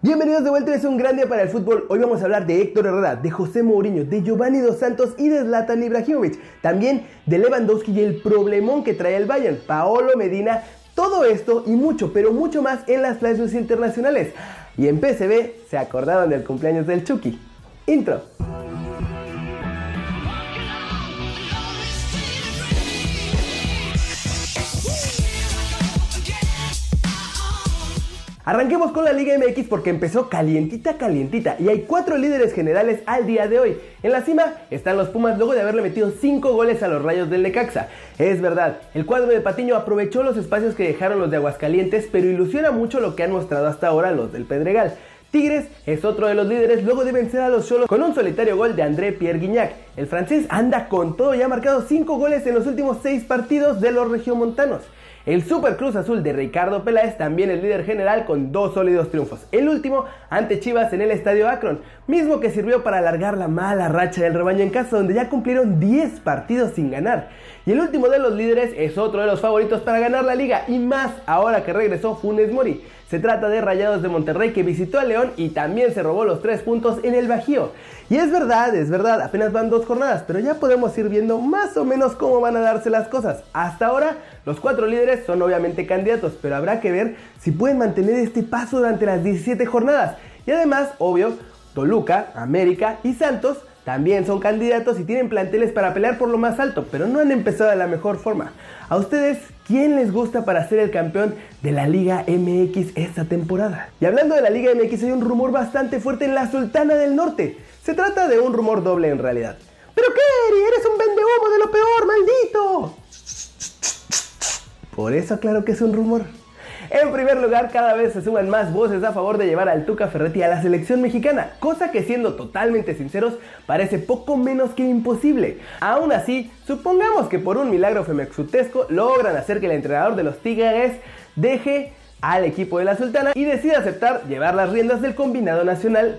Bienvenidos de vuelta, es un gran día para el fútbol. Hoy vamos a hablar de Héctor Herrera, de José Mourinho, de Giovanni Dos Santos y de Zlatan Ibrahimovic. También de Lewandowski y el problemón que trae el Bayern, Paolo Medina. Todo esto y mucho, pero mucho más en las flash news internacionales. Y en PSV se acordaron del cumpleaños del Chucky. Intro. Arranquemos con la Liga MX porque empezó calientita y hay 4 líderes generales al día de hoy. En la cima están los Pumas luego de haberle metido 5 goles a los Rayos del Necaxa. Es verdad, el cuadro de Patiño aprovechó los espacios que dejaron los de Aguascalientes, pero ilusiona mucho lo que han mostrado hasta ahora los del Pedregal. Tigres es otro de los líderes luego de vencer a los Xolos con un solitario gol de André Pierre Gignac. El francés anda con todo y ha marcado 5 goles en los últimos 6 partidos de los regiomontanos. El Super Cruz Azul de Ricardo Peláez también es líder general con 2 sólidos triunfos. El último ante Chivas en el Estadio Akron, mismo que sirvió para alargar la mala racha del rebaño en casa, donde ya cumplieron 10 partidos sin ganar. Y el último de los líderes es otro de los favoritos para ganar la liga, y más ahora que regresó Funes Mori. Se trata de Rayados de Monterrey, que visitó a León y también se robó los 3 puntos en el Bajío. Y es verdad, apenas van 2 jornadas, pero ya podemos ir viendo más o menos cómo van a darse las cosas. Hasta ahora, los 4 líderes son obviamente candidatos, pero habrá que ver si pueden mantener este paso durante las 17 jornadas. Y además, obvio, Toluca, América y Santos también son candidatos y tienen planteles para pelear por lo más alto, pero no han empezado de la mejor forma. ¿A ustedes quién les gusta para ser el campeón de la Liga MX esta temporada? Y hablando de la Liga MX, hay un rumor bastante fuerte en la Sultana del Norte. Se trata de un rumor doble en realidad. ¡Pero Kerry, eres un vendehumo de lo peor, maldito! Por eso claro que es un rumor. En primer lugar, cada vez se suman más voces a favor de llevar al Tuca Ferretti a la selección mexicana, cosa que, siendo totalmente sinceros, parece poco menos que imposible. Aún así, supongamos que por un milagro femexutesco logran hacer que el entrenador de los Tigres deje al equipo de la Sultana y decida aceptar llevar las riendas del combinado nacional.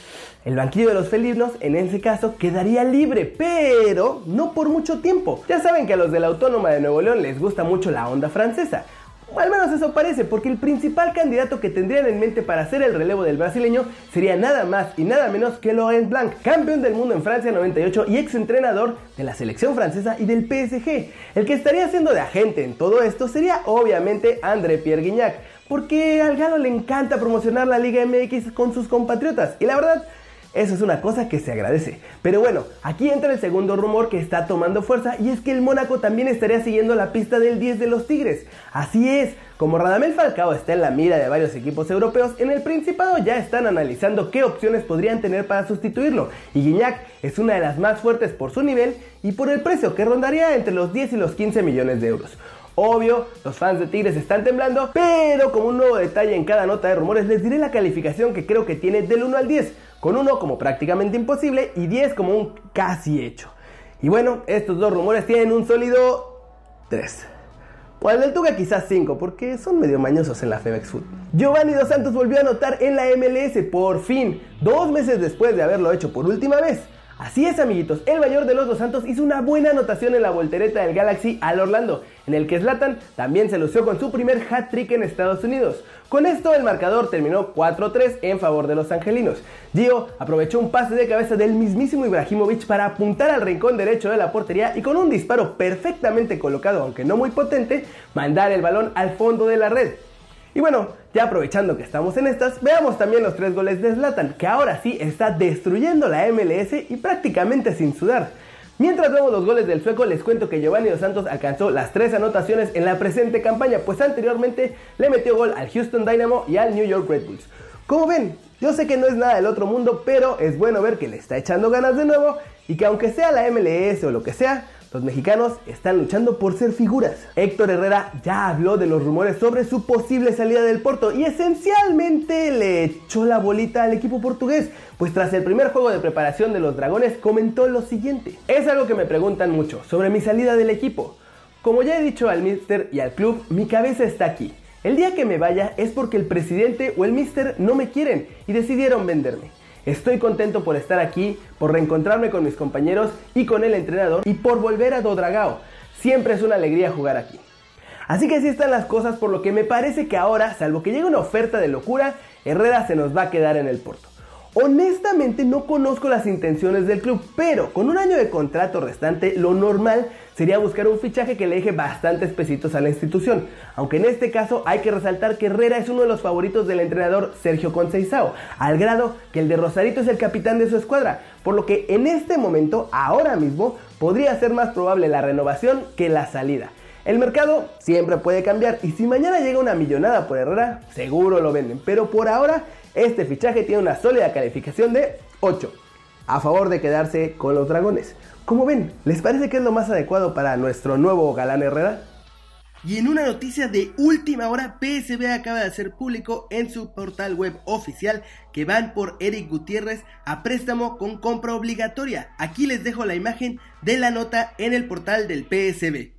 El banquillo de los felinos, en ese caso, quedaría libre, pero no por mucho tiempo. Ya saben que a los de la Autónoma de Nuevo León les gusta mucho la onda francesa. O al menos eso parece, porque el principal candidato que tendrían en mente para hacer el relevo del brasileño sería nada más y nada menos que Laurent Blanc, campeón del mundo en Francia 98 y exentrenador de la selección francesa y del PSG. El que estaría haciendo de agente en todo esto sería obviamente André Pierre Gignac, porque al galo le encanta promocionar la Liga MX con sus compatriotas, y la verdad, eso es una cosa que se agradece. Pero bueno, aquí entra el segundo rumor que está tomando fuerza, y es que el Mónaco también estaría siguiendo la pista del 10 de los Tigres. Así es, como Radamel Falcao está en la mira de varios equipos europeos, en el Principado ya están analizando qué opciones podrían tener para sustituirlo, y Gignac es una de las más fuertes por su nivel y por el precio, que rondaría entre los 10 y los 15 millones de euros. Obvio, los fans de Tigres están temblando, pero como un nuevo detalle en cada nota de rumores, les diré la calificación que creo que tiene del 1 al 10, con 1 como prácticamente imposible y 10 como un casi hecho. Y bueno, estos dos rumores tienen un sólido 3. O el del Tuca quizás 5, porque son medio mañosos en la Femex Food. Giovanni Dos Santos volvió a anotar en la MLS, por fin, 2 meses después de haberlo hecho por última vez. Así es, amiguitos, el mayor de los Dos Santos hizo una buena anotación en la voltereta del Galaxy al Orlando, en el que Zlatan también se lució con su primer hat-trick en Estados Unidos. Con esto el marcador terminó 4-3 en favor de los angelinos. Gio aprovechó un pase de cabeza del mismísimo Ibrahimovic para apuntar al rincón derecho de la portería y con un disparo perfectamente colocado, aunque no muy potente, mandar el balón al fondo de la red. Y bueno, ya aprovechando que estamos en estas, veamos también los 3 goles de Zlatan, que ahora sí está destruyendo la MLS y prácticamente sin sudar. Mientras vemos los goles del sueco, les cuento que Giovanni Dos Santos alcanzó las 3 anotaciones en la presente campaña, pues anteriormente le metió gol al Houston Dynamo y al New York Red Bulls. Como ven, yo sé que no es nada del otro mundo, pero es bueno ver que le está echando ganas de nuevo y que aunque sea la MLS o lo que sea, los mexicanos están luchando por ser figuras. Héctor Herrera ya habló de los rumores sobre su posible salida del Porto y esencialmente le echó la bolita al equipo portugués, pues tras el primer juego de preparación de los Dragones comentó lo siguiente: es algo que me preguntan mucho sobre mi salida del equipo. Como ya he dicho al míster y al club, mi cabeza está aquí. El día que me vaya es porque el presidente o el míster no me quieren y decidieron venderme. Estoy contento por estar aquí, por reencontrarme con mis compañeros y con el entrenador y por volver a Do Dragao. Siempre es una alegría jugar aquí. Así que así están las cosas, por lo que me parece que ahora, salvo que llegue una oferta de locura, Herrera se nos va a quedar en el Porto. Honestamente no conozco las intenciones del club, pero con un año de contrato restante, lo normal sería buscar un fichaje que le deje bastantes pesitos a la institución. Aunque en este caso hay que resaltar que Herrera es uno de los favoritos del entrenador Sergio Conceição, al grado que el de Rosarito es el capitán de su escuadra, por lo que en este momento, ahora mismo, podría ser más probable la renovación que la salida. El mercado siempre puede cambiar y si mañana llega una millonada por Herrera, seguro lo venden, pero por ahora este fichaje tiene una sólida calificación de 8, a favor de quedarse con los Dragones. Como ven, ¿les parece que es lo más adecuado para nuestro nuevo galán Herrera? Y en una noticia de última hora, PSV acaba de hacer público en su portal web oficial que van por Eric Gutiérrez a préstamo con compra obligatoria. Aquí les dejo la imagen de la nota en el portal del PSV.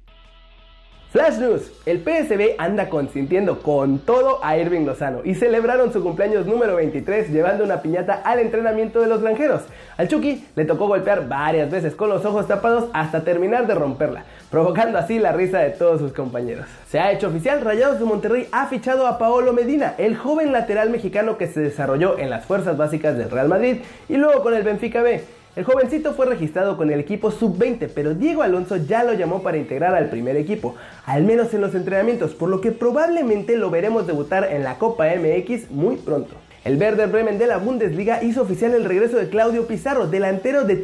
Flash News, el PSV anda consintiendo con todo a Irving Lozano y celebraron su cumpleaños número 23 llevando una piñata al entrenamiento de los granjeros. Al Chucky le tocó golpear varias veces con los ojos tapados hasta terminar de romperla, provocando así la risa de todos sus compañeros. Se ha hecho oficial, Rayados de Monterrey ha fichado a Paolo Medina, el joven lateral mexicano que se desarrolló en las fuerzas básicas del Real Madrid y luego con el Benfica B. El jovencito fue registrado con el equipo sub-20, pero Diego Alonso ya lo llamó para integrar al primer equipo, al menos en los entrenamientos, por lo que probablemente lo veremos debutar en la Copa MX muy pronto. El Werder Bremen de la Bundesliga hizo oficial el regreso de Claudio Pizarro, delantero de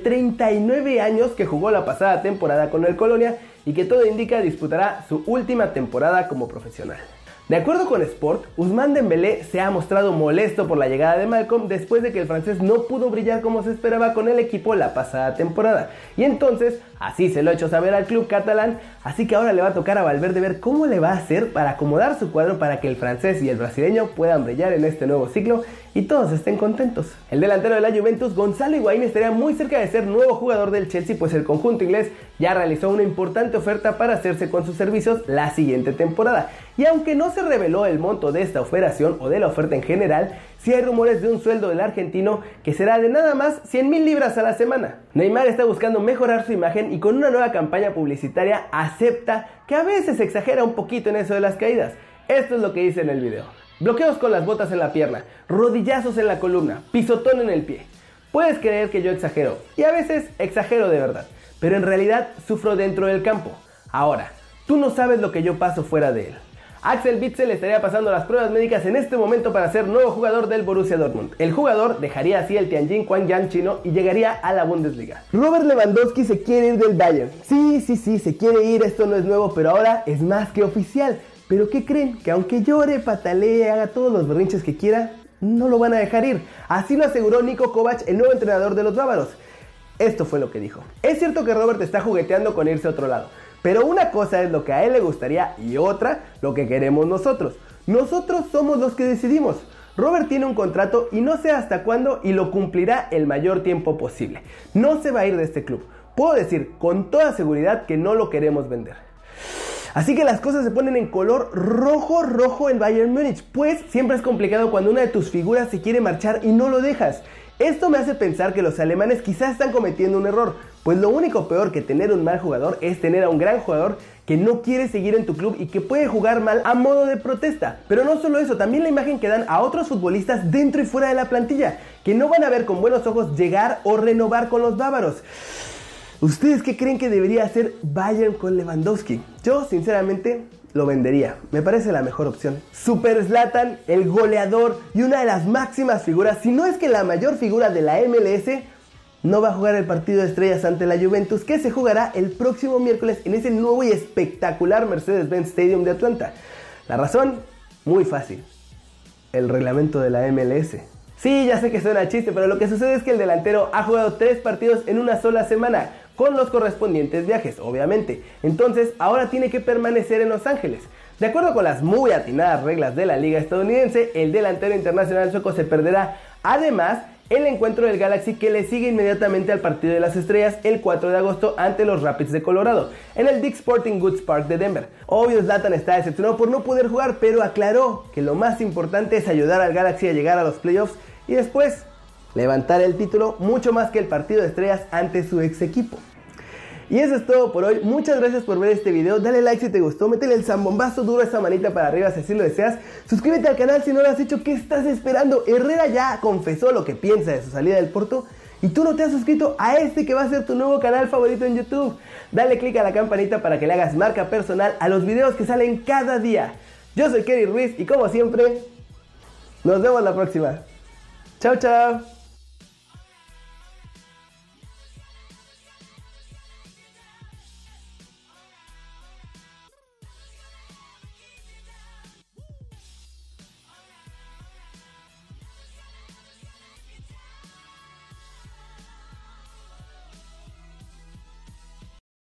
39 años que jugó la pasada temporada con el Colonia y que todo indica disputará su última temporada como profesional. De acuerdo con Sport, Ousmane Dembélé se ha mostrado molesto por la llegada de Malcolm después de que el francés no pudo brillar como se esperaba con el equipo la pasada temporada. Y entonces, así se lo ha hecho saber al club catalán, así que ahora le va a tocar a Valverde ver cómo le va a hacer para acomodar su cuadro para que el francés y el brasileño puedan brillar en este nuevo ciclo y todos estén contentos. El delantero de la Juventus, Gonzalo Higuaín, estaría muy cerca de ser nuevo jugador del Chelsea, pues el conjunto inglés ya realizó una importante oferta para hacerse con sus servicios la siguiente temporada. Y aunque no se reveló el monto de esta operación o de la oferta en general, sí hay rumores de un sueldo del argentino que será de nada más 100,000 libras a la semana. Neymar está buscando mejorar su imagen y con una nueva campaña publicitaria acepta que a veces exagera un poquito en eso de las caídas. Esto es lo que dice en el video. Bloqueos con las botas en la pierna, rodillazos en la columna, pisotón en el pie. Puedes creer que yo exagero, y a veces exagero de verdad, pero en realidad sufro dentro del campo. Ahora, tú no sabes lo que yo paso fuera de él. Axel Witsel estaría pasando las pruebas médicas en este momento para ser nuevo jugador del Borussia Dortmund. El jugador dejaría así el Tianjin Quanjian chino y llegaría a la Bundesliga. Robert Lewandowski se quiere ir del Bayern. Sí, se quiere ir, esto no es nuevo, pero ahora es más que oficial. ¿Pero qué creen? Que aunque llore, patalee, haga todos los berrinches que quiera, no lo van a dejar ir. Así lo aseguró Niko Kovac, el nuevo entrenador de los bávaros. Esto fue lo que dijo. Es cierto que Robert está jugueteando con irse a otro lado, pero una cosa es lo que a él le gustaría y otra lo que queremos nosotros. Nosotros somos los que decidimos. Robert tiene un contrato y no sé hasta cuándo y lo cumplirá el mayor tiempo posible. No se va a ir de este club. Puedo decir con toda seguridad que no lo queremos vender. Así que las cosas se ponen en color rojo en Bayern Múnich, pues siempre es complicado cuando una de tus figuras se quiere marchar y no lo dejas. Esto me hace pensar que los alemanes quizás están cometiendo un error, pues lo único peor que tener un mal jugador es tener a un gran jugador que no quiere seguir en tu club y que puede jugar mal a modo de protesta. Pero no solo eso, también la imagen que dan a otros futbolistas dentro y fuera de la plantilla, que no van a ver con buenos ojos llegar o renovar con los bávaros. ¿Ustedes qué creen que debería hacer Bayern con Lewandowski? Yo, sinceramente, lo vendería. Me parece la mejor opción. Super Zlatan, el goleador y una de las máximas figuras, si no es que la mayor figura de la MLS, no va a jugar el partido de estrellas ante la Juventus, que se jugará el próximo miércoles en ese nuevo y espectacular Mercedes-Benz Stadium de Atlanta. La razón, muy fácil. El reglamento de la MLS. Sí, ya sé que suena chiste, pero lo que sucede es que el delantero ha jugado 3 partidos en una sola semana, con los correspondientes viajes, obviamente. Entonces, ahora tiene que permanecer en Los Ángeles. De acuerdo con las muy atinadas reglas de la liga estadounidense, el delantero internacional sueco se perderá, además, el encuentro del Galaxy que le sigue inmediatamente al partido de las estrellas el 4 de agosto ante los Rapids de Colorado, en el Dick's Sporting Goods Park de Denver. Obvio, Zlatan está decepcionado por no poder jugar, pero aclaró que lo más importante es ayudar al Galaxy a llegar a los playoffs y después levantar el título, mucho más que el partido de estrellas ante su ex equipo. Y eso es todo por hoy. Muchas gracias por ver este video. Dale like si te gustó, métele el zambombazo duro a esa manita para arriba si así lo deseas. Suscríbete al canal si no lo has hecho. ¿Qué estás esperando? Herrera ya confesó lo que piensa de su salida del Porto y tú no te has suscrito a este que va a ser tu nuevo canal favorito en YouTube. Dale click a la campanita para que le hagas marca personal a los videos que salen cada día. Yo soy Kerry Ruiz y como siempre, nos vemos la próxima. Chao, chao.